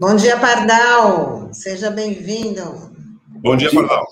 Bom dia, Pardal. Seja bem-vindo. Bom dia, Pardal.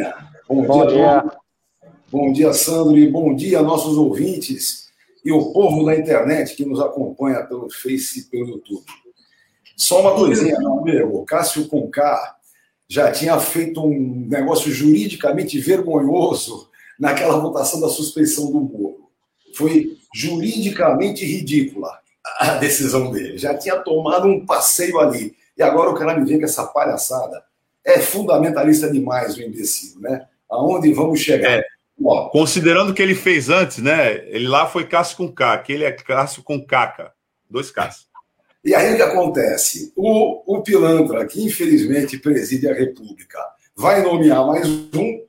Bom dia, Sandro, e bom dia, nossos ouvintes e o povo da internet que nos acompanha pelo Face e pelo YouTube. Só uma coisinha, meu amigo. Cássio Conká já tinha feito um negócio juridicamente vergonhoso naquela votação da suspeição do Moro. Foi juridicamente ridícula a decisão dele. Já tinha tomado um passeio ali. E agora o cara me vem com essa palhaçada. É fundamentalista demais o imbecil, né? Aonde vamos chegar? Ó, considerando o que ele fez antes, né? Ele lá foi Cássio com K, aquele é Cássio com Caca. 2 Ks. E aí o que acontece? O pilantra, que infelizmente preside a República, vai nomear mais um.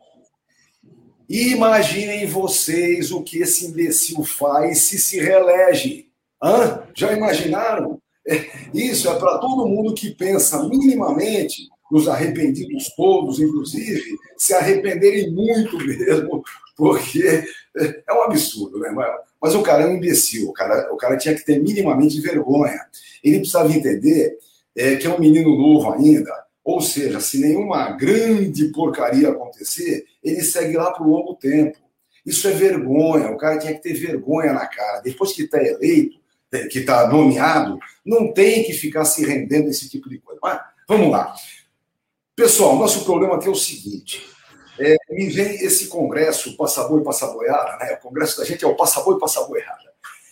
Imaginem vocês o que esse imbecil faz se reelege. Hã? Já imaginaram? Isso é para todo mundo que pensa minimamente, os arrependidos todos, inclusive, se arrependerem muito mesmo, porque é um absurdo, né? Mas o cara é um imbecil, o cara tinha que ter minimamente vergonha. Ele precisava entender que é um menino novo ainda, ou seja, se nenhuma grande porcaria acontecer, ele segue lá por longo tempo. Isso é vergonha, o cara tinha que ter vergonha na cara. Depois que está eleito, que está nomeado, não tem que ficar se rendendo a esse tipo de coisa. Mas vamos lá. Pessoal, nosso problema aqui é o seguinte. Me vem esse congresso, Passaboi e Passaboiada, né? O congresso da gente é o Passaboi e Passaboiada.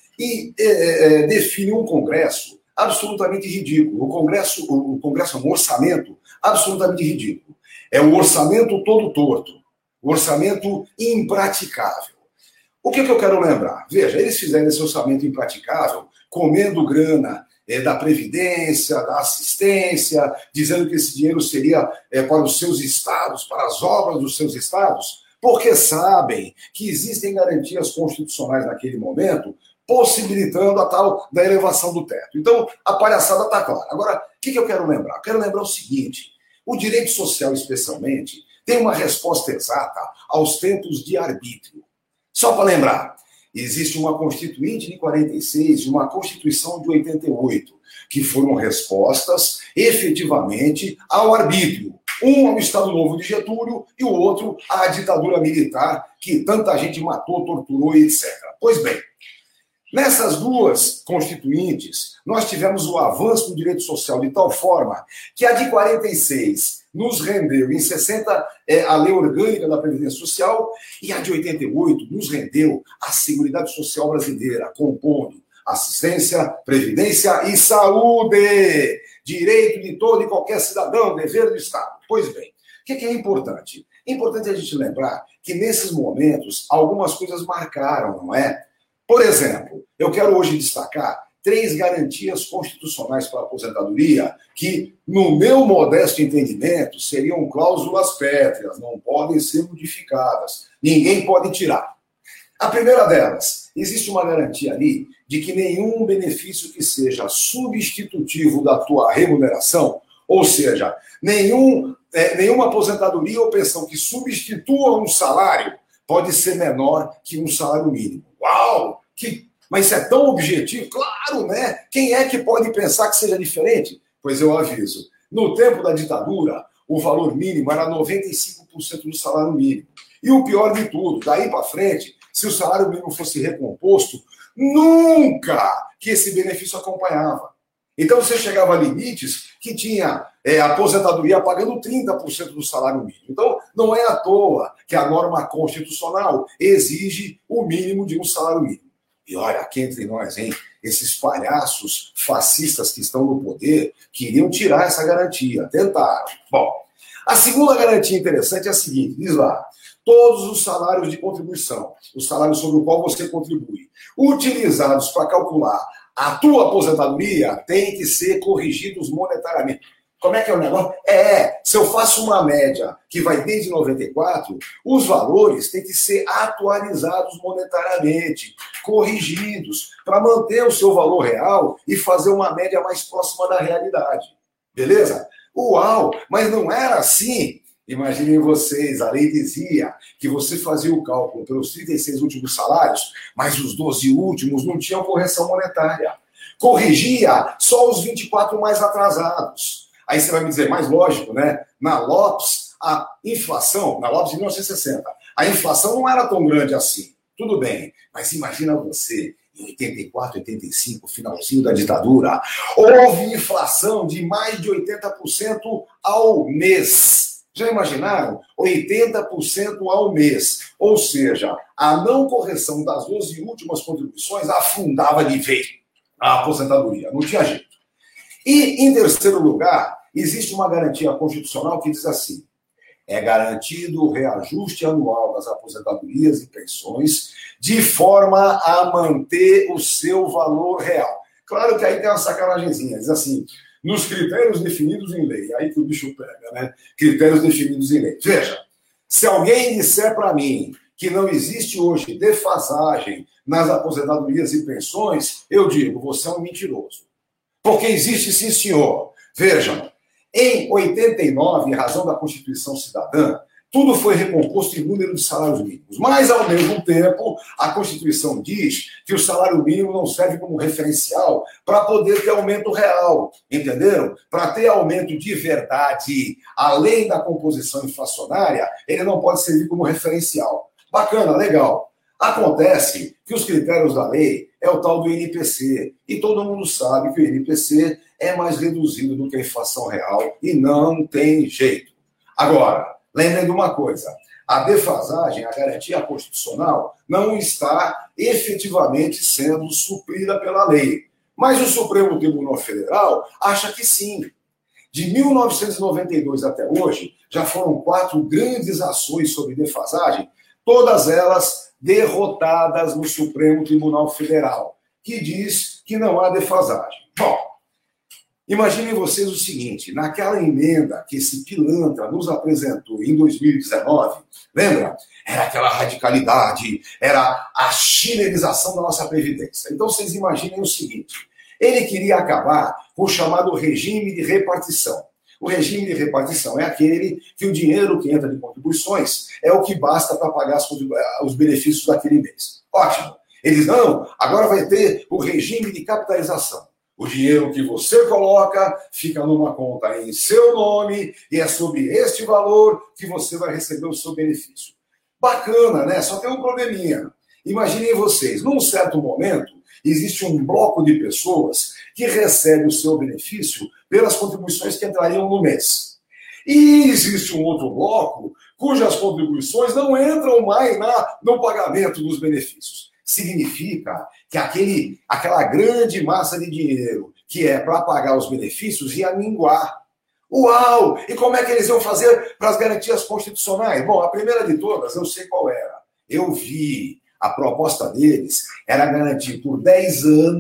E define um congresso absolutamente ridículo. O congresso é um orçamento absolutamente ridículo. É um orçamento todo torto. Um orçamento impraticável. O que eu quero lembrar? Veja, eles fizeram esse orçamento impraticável, comendo grana da Previdência, da assistência, dizendo que esse dinheiro seria para os seus estados, para as obras dos seus estados, porque sabem que existem garantias constitucionais naquele momento, possibilitando a tal da elevação do teto. Então, a palhaçada está clara. Agora, o que eu quero lembrar? Eu quero lembrar o seguinte: o direito social, especialmente, tem uma resposta exata aos tempos de arbítrio. Só para lembrar, existe uma Constituinte de 46 e uma Constituição de 88, que foram respostas, efetivamente, ao arbítrio. Um ao Estado Novo de Getúlio e o outro à ditadura militar, que tanta gente matou, torturou e etc. Pois bem, nessas duas constituintes, nós tivemos o avanço do direito social de tal forma que a de 46 nos rendeu em 60 a Lei Orgânica da Previdência Social e a de 88 nos rendeu a Seguridade Social Brasileira, compondo assistência, previdência e saúde. Direito de todo e qualquer cidadão, dever do Estado. Pois bem, o que é importante? É importante a gente lembrar que nesses momentos algumas coisas marcaram, não é? Por exemplo, eu quero hoje destacar 3 garantias constitucionais para a aposentadoria que, no meu modesto entendimento, seriam cláusulas pétreas, não podem ser modificadas. Ninguém pode tirar. A primeira delas, existe uma garantia ali de que nenhum benefício que seja substitutivo da tua remuneração, ou seja, nenhuma aposentadoria ou pensão que substitua um salário, pode ser menor que um salário mínimo. Uau! Mas isso é tão objetivo? Claro, né? Quem é que pode pensar que seja diferente? Pois eu aviso. No tempo da ditadura, o valor mínimo era 95% do salário mínimo. E o pior de tudo, daí para frente, se o salário mínimo fosse recomposto, nunca que esse benefício acompanhava. Então você chegava a limites que tinha a aposentadoria pagando 30% do salário mínimo. Então não é à toa que a norma constitucional exige o mínimo de um salário mínimo. E olha, aqui entre nós, hein? Esses palhaços fascistas que estão no poder queriam tirar essa garantia. Tentaram. Bom, a segunda garantia interessante é a seguinte, diz lá: todos os salários de contribuição, o salário sobre o qual você contribui, utilizados para calcular a tua aposentadoria, têm que ser corrigidos monetariamente. Como é que é o negócio? Se eu faço uma média que vai desde 94, os valores têm que ser atualizados monetariamente, corrigidos, para manter o seu valor real e fazer uma média mais próxima da realidade. Beleza? Uau! Mas não era assim. Imaginem vocês, a lei dizia que você fazia o cálculo pelos 36 últimos salários, mas os 12 últimos não tinham correção monetária. corrigia só os 24 mais atrasados. Aí você vai me dizer, mais lógico, né? Na Lopes, a inflação, na Lopes de 1960, a inflação não era tão grande assim. Tudo bem, mas imagina você, em 84, 85, finalzinho da ditadura, houve inflação de mais de 80% ao mês. Já imaginaram? 80% ao mês. Ou seja, a não correção das 12 últimas contribuições afundava de vez a aposentadoria. Não tinha jeito. E, em terceiro lugar, existe uma garantia constitucional que diz assim: é garantido o reajuste anual das aposentadorias e pensões de forma a manter o seu valor real. Claro que aí tem uma sacanagemzinha, diz assim, nos critérios definidos em lei. Aí que o bicho pega, né? Critérios definidos em lei. Veja, se alguém disser para mim que não existe hoje defasagem nas aposentadorias e pensões, eu digo, você é um mentiroso. Porque existe sim, senhor. Vejam, em 89, em razão da Constituição Cidadã, tudo foi recomposto em número de salários mínimos. Mas, ao mesmo tempo, a Constituição diz que o salário mínimo não serve como referencial para poder ter aumento real, entenderam? Para ter aumento de verdade, além da composição inflacionária, ele não pode servir como referencial. Bacana, legal. Acontece que os critérios da lei é o tal do INPC, e todo mundo sabe que o INPC é mais reduzido do que a inflação real e não tem jeito. Agora, lembrem de uma coisa, a defasagem, a garantia constitucional, não está efetivamente sendo suprida pela lei. Mas o Supremo Tribunal Federal acha que sim. De 1992 até hoje, já foram 4 grandes ações sobre defasagem, todas elas derrotadas no Supremo Tribunal Federal, que diz que não há defasagem. Bom, imaginem vocês o seguinte, naquela emenda que esse pilantra nos apresentou em 2019, lembra? Era aquela radicalidade, era a chinelização da nossa Previdência. Então vocês imaginem o seguinte, ele queria acabar com o chamado regime de repartição. O regime de repartição é aquele que o dinheiro que entra de contribuições é o que basta para pagar os benefícios daquele mês. Ótimo. Eles não, agora vai ter o regime de capitalização. O dinheiro que você coloca fica numa conta em seu nome e é sobre este valor que você vai receber o seu benefício. Bacana, né? Só tem um probleminha. Imaginem vocês, num certo momento, existe um bloco de pessoas que recebe o seu benefício pelas contribuições que entrariam no mês. E existe um outro bloco cujas contribuições não entram mais no pagamento dos benefícios. Significa que aquela grande massa de dinheiro que é para pagar os benefícios ia minguar. Uau! E como é que eles iam fazer para as garantias constitucionais? Bom, a primeira de todas, eu sei qual era. Eu vi. A proposta deles era garantir por 10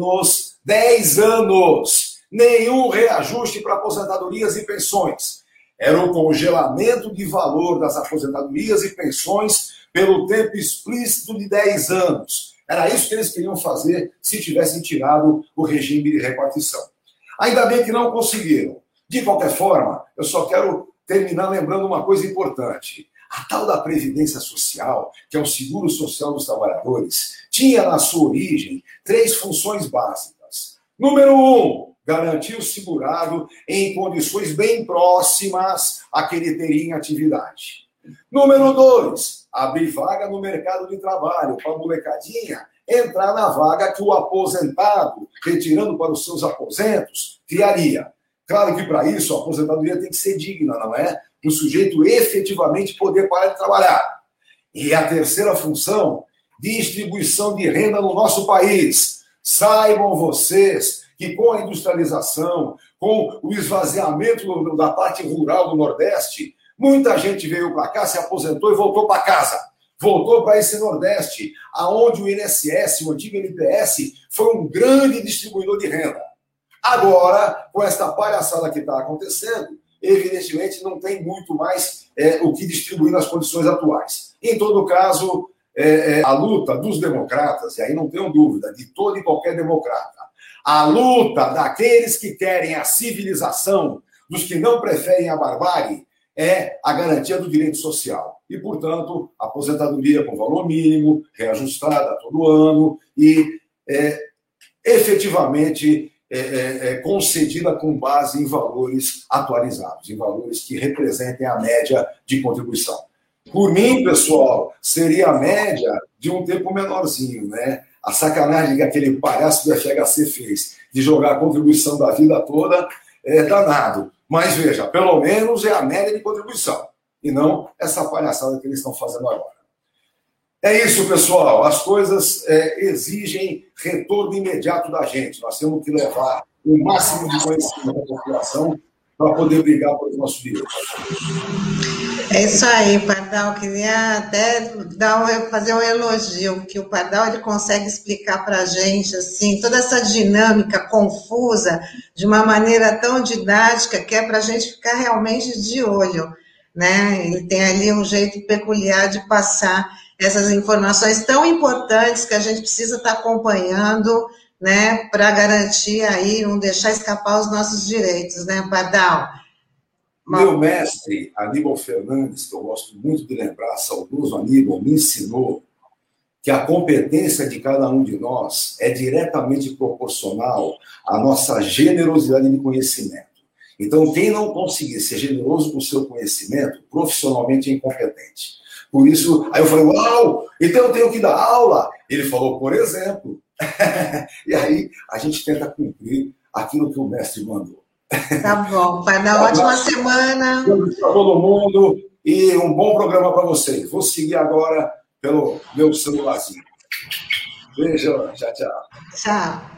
anos, nenhum reajuste para aposentadorias e pensões. Era o congelamento de valor das aposentadorias e pensões pelo tempo explícito de 10 anos. Era isso que eles queriam fazer se tivessem tirado o regime de repartição. Ainda bem que não conseguiram. De qualquer forma, eu só quero terminar lembrando uma coisa importante. A tal da Previdência Social, que é o seguro social dos trabalhadores, tinha na sua origem 3 funções básicas. Número 1, garantir o segurado em condições bem próximas a que ele teria em atividade. Número 2, abrir vaga no mercado de trabalho para a molecadinha entrar na vaga que o aposentado, retirando para os seus aposentos, criaria. Claro que para isso a aposentadoria tem que ser digna, não é? Para o sujeito efetivamente poder parar de trabalhar. E a terceira função, distribuição de renda no nosso país. Saibam vocês que com a industrialização, com o esvaziamento da parte rural do Nordeste, muita gente veio para cá, se aposentou e voltou para casa. Voltou para esse Nordeste, aonde o INSS, o antigo NPS, foi um grande distribuidor de renda. Agora, com esta palhaçada que está acontecendo, evidentemente não tem muito mais o que distribuir nas condições atuais. Em todo caso, a luta dos democratas, e aí não tenho dúvida, de todo e qualquer democrata, a luta daqueles que querem a civilização, dos que não preferem a barbárie, é a garantia do direito social. E, portanto, aposentadoria com valor mínimo, reajustada todo ano, e efetivamente concedida com base em valores atualizados, em valores que representem a média de contribuição. Por mim, pessoal, seria a média de um tempo menorzinho, né? A sacanagem que aquele palhaço do FHC fez de jogar a contribuição da vida toda é danado. Mas, veja, pelo menos é a média de contribuição, e não essa palhaçada que eles estão fazendo agora. É isso, pessoal. As coisas exigem retorno imediato da gente. Nós temos que levar o máximo de conhecimento à população para poder brigar pelos nossos direitos. É isso aí, Pardal. Queria até fazer um elogio, que o Pardal ele consegue explicar para a gente assim, toda essa dinâmica confusa de uma maneira tão didática que é para a gente ficar realmente de olho, né? Ele tem ali um jeito peculiar de passar essas informações tão importantes que a gente precisa estar acompanhando, né, para garantir aí, não deixar escapar os nossos direitos, né, Pardal? Meu mestre, Aníbal Fernandes, que eu gosto muito de lembrar, saudoso Aníbal, me ensinou que a competência de cada um de nós é diretamente proporcional à nossa generosidade de conhecimento. Então, quem não conseguir ser generoso com o seu conhecimento, profissionalmente é incompetente. Por isso, aí eu falei, uau, então eu tenho que dar aula. Ele falou, por exemplo. E aí a gente tenta cumprir aquilo que o mestre mandou. Tá bom, vai dar ótima semana. Para todo mundo e um bom programa para vocês. Vou seguir agora pelo meu celularzinho. Beijo, tchau, tchau. Tchau.